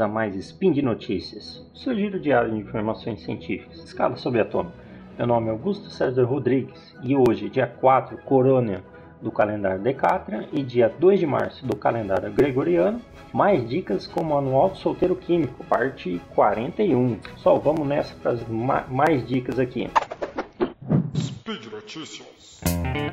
a mais Spin de Notícias, seu giro diário de informações científicas, escala subatômica. Meu nome é Augusto César Rodrigues e hoje, dia 4, Corônia do calendário Decátria e dia 2 de março do calendário Gregoriano, mais dicas com o Manual do Solteiro Químico, parte 41. Só vamos nessa para as mais dicas aqui. Speed Notícias.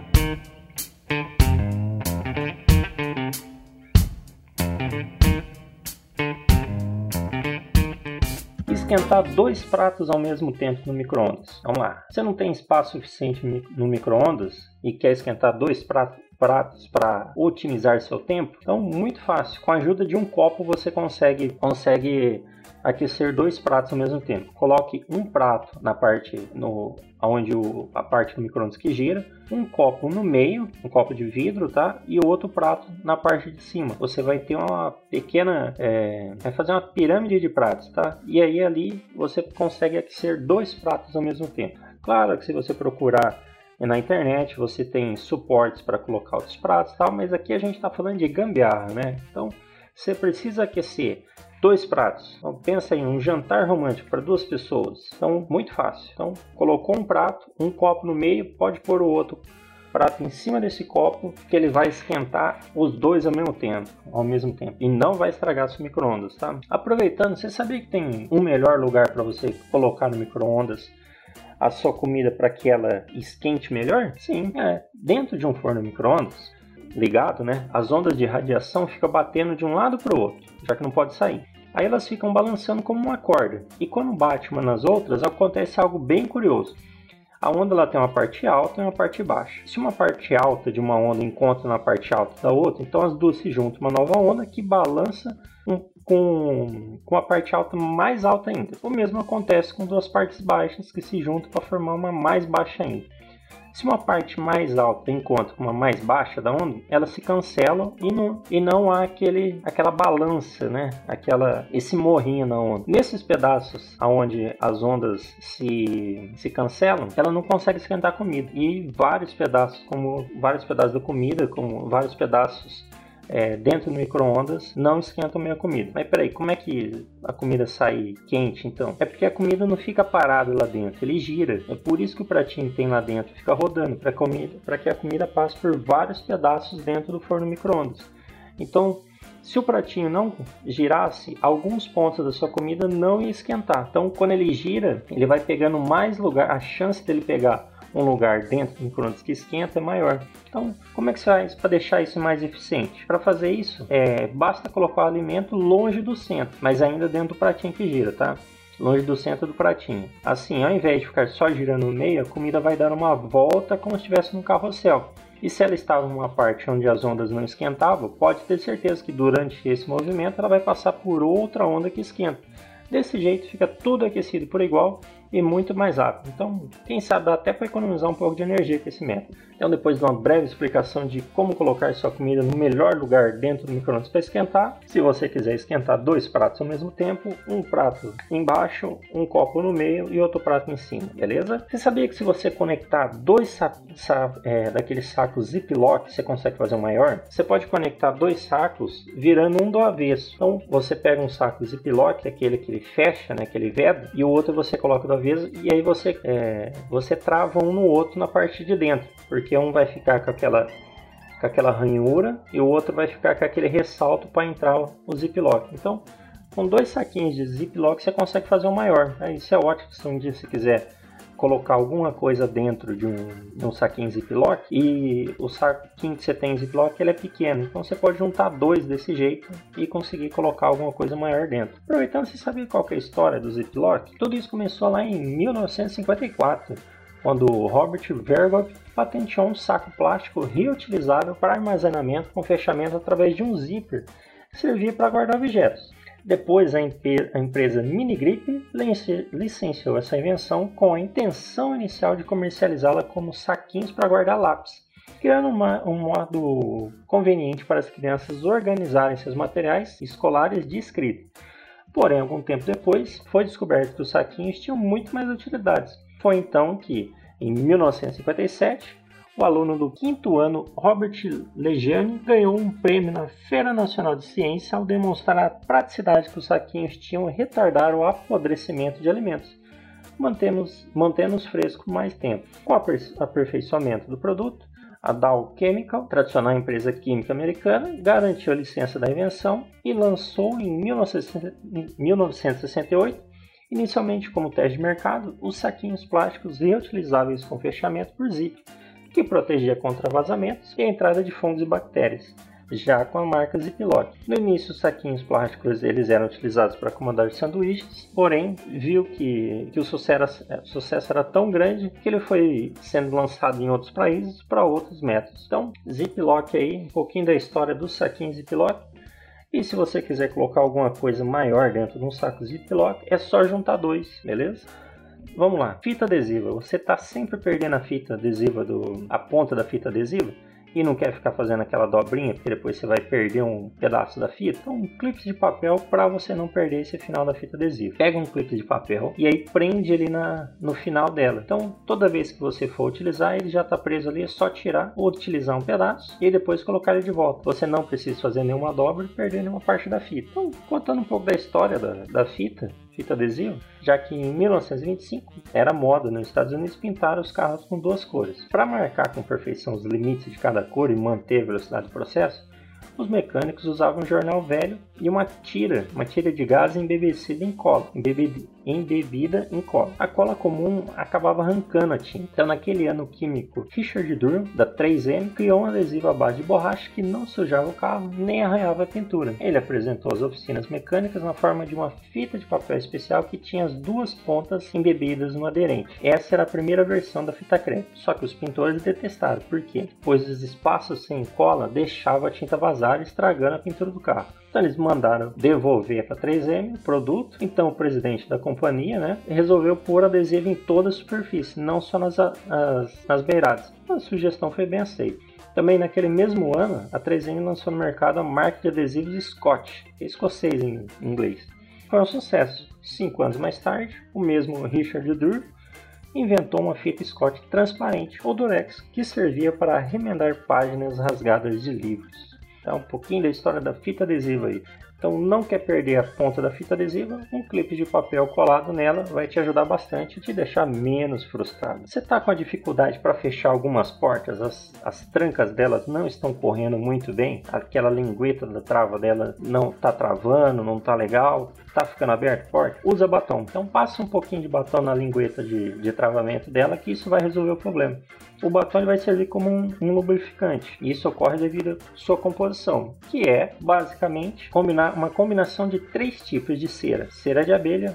Esquentar 2 pratos ao mesmo tempo no micro-ondas. Vamos lá. Você não tem espaço suficiente no micro-ondas e quer esquentar 2 pratos para otimizar seu tempo? Então, muito fácil. Com a ajuda de um copo você consegue aquecer 2 pratos ao mesmo tempo. Coloque um prato na parte onde a parte do micro-ondas que gira, um copo no meio, um copo de vidro, tá? E o outro prato na parte de cima. Você vai ter uma pequena, vai fazer uma pirâmide de pratos, tá? E aí ali você consegue aquecer 2 pratos ao mesmo tempo. Claro que se você procurar na internet você tem suportes para colocar outros pratos, tal, mas aqui a gente está falando de gambiarra, né? Então você precisa aquecer 2 pratos. Então pensa em um jantar romântico para 2 pessoas. Então muito fácil. Então colocou um prato, um copo no meio, pode pôr o outro prato em cima desse copo, que ele vai esquentar os 2 ao mesmo tempo e não vai estragar seu micro-ondas, tá? Aproveitando, você sabia que tem um melhor lugar para você colocar no micro-ondas a sua comida para que ela esquente melhor? Sim, dentro de um forno micro-ondas ligado, né? As ondas de radiação ficam batendo de um lado para o outro, já que não pode sair. Aí elas ficam balançando como uma corda. E quando bate uma nas outras, acontece algo bem curioso. A onda ela tem uma parte alta e uma parte baixa. Se uma parte alta de uma onda encontra na parte alta da outra, então as duas se juntam uma nova onda que balança com a parte alta mais alta ainda. O mesmo acontece com 2 partes baixas que se juntam para formar uma mais baixa ainda. Se uma parte mais alta encontra com uma mais baixa da onda, elas se cancelam e não há aquela balança, né? Esse morrinho na onda. Nesses pedaços onde as ondas se cancelam, ela não consegue esquentar a comida. E vários pedaços da comida, como vários pedaços dentro do micro-ondas, não esquentam a comida. Mas peraí, como é que a comida sai quente então? É porque a comida não fica parada lá dentro, ele gira. É por isso que o pratinho tem lá dentro, fica rodando, para que a comida passe por vários pedaços dentro do forno micro-ondas. Então, se o pratinho não girasse, alguns pontos da sua comida não ia esquentar. Então, quando ele gira, ele vai pegando mais lugar, a chance dele pegar um lugar dentro do micro-ondas que esquenta é maior. Então, como é que você faz para deixar isso mais eficiente? Para fazer isso, basta colocar o alimento longe do centro, mas ainda dentro do pratinho que gira, tá? Longe do centro do pratinho. Assim, ao invés de ficar só girando no meio, a comida vai dar uma volta como se estivesse num carrossel. E se ela estava em uma parte onde as ondas não esquentavam, pode ter certeza que durante esse movimento ela vai passar por outra onda que esquenta. Desse jeito fica tudo aquecido por igual e muito mais rápido. Então, quem sabe dá até para economizar um pouco de energia com esse método. Então, depois de uma breve explicação de como colocar sua comida no melhor lugar dentro do micro-ondas para esquentar, se você quiser esquentar 2 pratos ao mesmo tempo, um prato embaixo, um copo no meio e outro prato em cima, beleza? Você sabia que se você conectar 2 daqueles sacos Ziploc, você consegue fazer um maior? Você pode conectar 2 sacos virando um do avesso. Então, você pega um saco Ziploc, aquele que ele fecha, né, que ele veda, e o outro você coloca do avesso, e aí você trava um no outro na parte de dentro, porque um vai ficar com aquela ranhura e o outro vai ficar com aquele ressalto para entrar o Ziploc. Então, com 2 saquinhos de Ziploc você consegue fazer um maior. Isso é ótimo se um dia você quiser colocar alguma coisa dentro de um saquinho Ziploc e o saquinho que você tem Ziploc ele é pequeno, então você pode juntar 2 desse jeito e conseguir colocar alguma coisa maior dentro. Aproveitando, você sabe qual que é a história do Ziploc? Tudo isso começou lá em 1954, quando Robert Vergoff patenteou um saco plástico reutilizável para armazenamento com fechamento através de um zíper que servia para guardar objetos. Depois, a empresa Minigrip licenciou essa invenção com a intenção inicial de comercializá-la como saquinhos para guardar lápis, criando um modo conveniente para as crianças organizarem seus materiais escolares de escrita. Porém, algum tempo depois, foi descoberto que os saquinhos tinham muito mais utilidades. Foi então que, em 1957, o aluno do 5º ano, Robert Legiani, ganhou um prêmio na Feira Nacional de Ciência ao demonstrar a praticidade que os saquinhos tinham em retardar o apodrecimento de alimentos, mantendo-os frescos mais tempo. Com o aperfeiçoamento do produto, a Dow Chemical, tradicional empresa química americana, garantiu a licença da invenção e lançou em 1968, inicialmente como teste de mercado, os saquinhos plásticos reutilizáveis com fechamento por zip, que protegia contra vazamentos e a entrada de fungos e bactérias, já com a marca Ziploc. No início, os saquinhos plásticos eles eram utilizados para acomodar sanduíches, porém viu que o sucesso era tão grande que ele foi sendo lançado em outros países para outros métodos. Então, Ziploc aí, um pouquinho da história dos saquinhos Ziploc. E se você quiser colocar alguma coisa maior dentro de um saco Ziploc, é só juntar 2, beleza? Vamos lá, fita adesiva. Você está sempre perdendo a fita adesiva, a ponta da fita adesiva, e não quer ficar fazendo aquela dobrinha, porque depois você vai perder um pedaço da fita. Então, um clipe de papel para você não perder esse final da fita adesiva. Pega um clipe de papel e aí prende ele no final dela. Então, toda vez que você for utilizar, ele já está preso ali, é só tirar ou utilizar um pedaço e depois colocar ele de volta. Você não precisa fazer nenhuma dobra e perder nenhuma parte da fita. Então, contando um pouco da história da fita adesiva, já que em 1925 era moda nos Estados Unidos pintar os carros com 2 cores. Para marcar com perfeição os limites de cada cor e manter a velocidade do processo, os mecânicos usavam um jornal velho e uma tira de gás embebida em cola. A cola comum acabava arrancando a tinta. Então, naquele ano, o químico Richard Durr, da 3M, criou um adesivo à base de borracha que não sujava o carro nem arranhava a pintura. Ele apresentou às oficinas mecânicas na forma de uma fita de papel especial que tinha as 2 pontas embebidas no aderente. Essa era a primeira versão da fita crepe, só que os pintores detestaram. Por quê? Pois os espaços sem cola deixavam a tinta vazar, estragando a pintura do carro. Então eles mandaram devolver para a 3M o produto. Então o presidente da companhia, resolveu pôr adesivo em toda a superfície, não só nas beiradas. A sugestão foi bem aceita. Também naquele mesmo ano, a 3M lançou no mercado a marca de adesivos Scotch, que é escocês em inglês. Foi um sucesso. 5 anos mais tarde, o mesmo Richard Durr inventou uma fita Scotch transparente, ou Durex, que servia para remendar páginas rasgadas de livros. Então, um pouquinho da história da fita adesiva aí. Então, não quer perder a ponta da fita adesiva? Um clipe de papel colado nela vai te ajudar bastante e te deixar menos frustrado. Você está com a dificuldade para fechar algumas portas, as trancas delas não estão correndo muito bem, aquela lingueta da trava dela não está travando, não está legal, está ficando aberta a porta? Usa batom. Então, passa um pouquinho de batom na lingueta de travamento dela que isso vai resolver o problema. O batom vai servir como um lubrificante. E isso ocorre devido à sua composição, que é basicamente uma combinação de 3 tipos de cera: cera de abelha,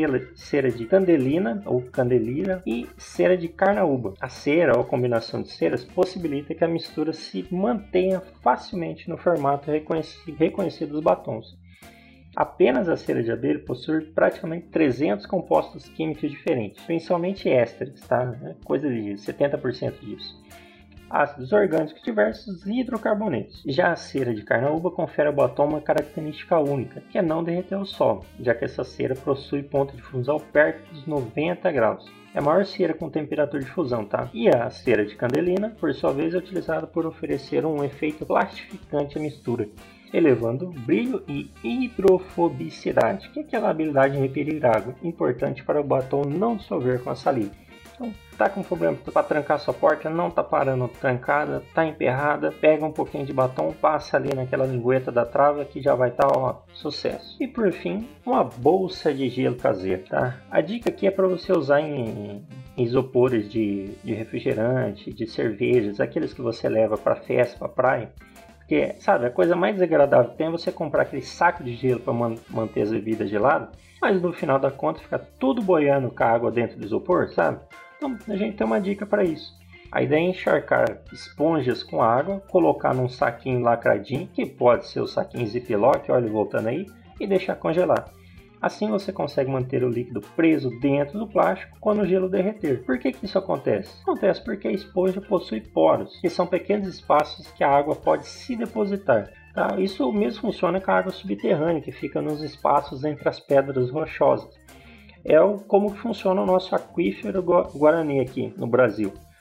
cera de candelina ou candelira e cera de carnaúba. A cera ou combinação de ceras possibilita que a mistura se mantenha facilmente no formato reconhecido dos batons. Apenas a cera de abelha possui praticamente 300 compostos químicos diferentes, principalmente ésteres, tá? Coisa de 70% disso. Ácidos orgânicos diversos e hidrocarbonetos. Já a cera de carnaúba confere ao batom uma característica única, que é não derreter ao sol, já que essa cera possui ponto de fusão perto dos 90 graus. É a maior cera com temperatura de fusão, tá? E a cera de candelina, por sua vez, é utilizada por oferecer um efeito plastificante à mistura, elevando brilho e hidrofobicidade, que é aquela habilidade de repelir água, importante para o batom não dissolver com a saliva. Então, tá com problema para trancar sua porta, não tá parando trancada, tá emperrada, pega um pouquinho de batom, passa ali naquela lingueta da trava que já vai estar, sucesso. E por fim, uma bolsa de gelo caseiro, tá? A dica aqui é para você usar em isopores de refrigerante, de cervejas, aqueles que você leva para festa, para praia. Porque, sabe, a coisa mais desagradável que tem é você comprar aquele saco de gelo para manter as bebidas geladas, mas no final da conta fica tudo boiando com a água dentro do isopor, sabe? Então a gente tem uma dica para isso. A ideia é encharcar esponjas com água, colocar num saquinho lacradinho, que pode ser o saquinho Ziploc, olha voltando aí, e deixar congelar. Assim você consegue manter o líquido preso dentro do plástico quando o gelo derreter. Por que isso acontece? Acontece porque a esponja possui poros, que são pequenos espaços que a água pode se depositar. Tá? Isso mesmo funciona com a água subterrânea, que fica nos espaços entre as pedras rochosas. Como funciona o nosso aquífero Guarani aqui no Brasil.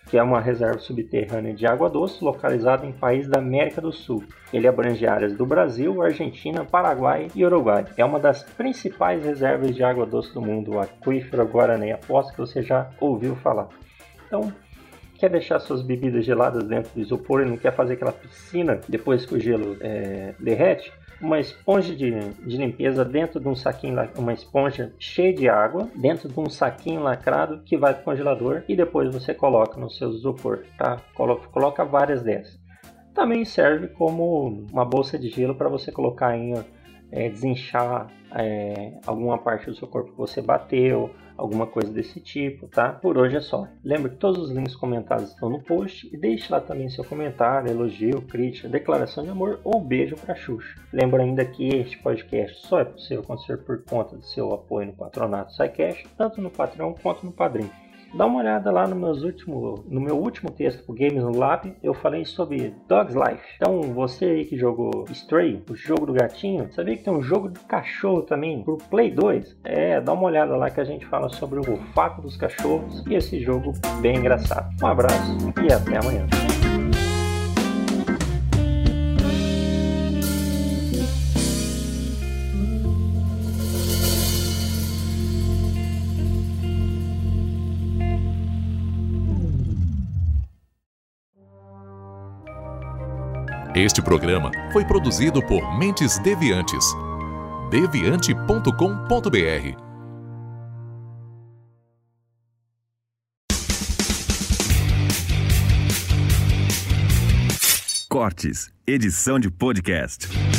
que é uma reserva subterrânea de água doce localizada em país da América do Sul. Ele abrange áreas do Brasil, Argentina, Paraguai e Uruguai. É uma das principais reservas de água doce do mundo, o aquífero Guaraní. Aposto que você já ouviu falar. Então, quer deixar suas bebidas geladas dentro do isopor e não quer fazer aquela piscina depois que o gelo derrete? Uma esponja de limpeza dentro de um saquinho, uma esponja cheia de água dentro de um saquinho lacrado que vai para o congelador e depois você coloca no seu isopor, tá? Coloca várias dessas. Também serve como uma bolsa de gelo para você colocar em desinchar alguma parte do seu corpo que você bateu, alguma coisa desse tipo, tá? Por hoje é só. Lembre que todos os links comentados estão no post e deixe lá também seu comentário, elogio, crítica, declaração de amor ou beijo para Xuxa. Lembra ainda que este podcast só é possível acontecer por conta do seu apoio no patronato SciCash, tanto no Patreon quanto no Padrim. Dá uma olhada lá no meu último texto pro Games no Lab, eu falei sobre Dog's Life. Então, você aí que jogou Stray, o jogo do gatinho, sabia que tem um jogo de cachorro também, pro Play 2? Dá uma olhada lá que a gente fala sobre o olfato dos cachorros e esse jogo bem engraçado. Um abraço e até amanhã. Este programa foi produzido por Mentes Deviantes. deviante.com.br. Cortes, edição de podcast.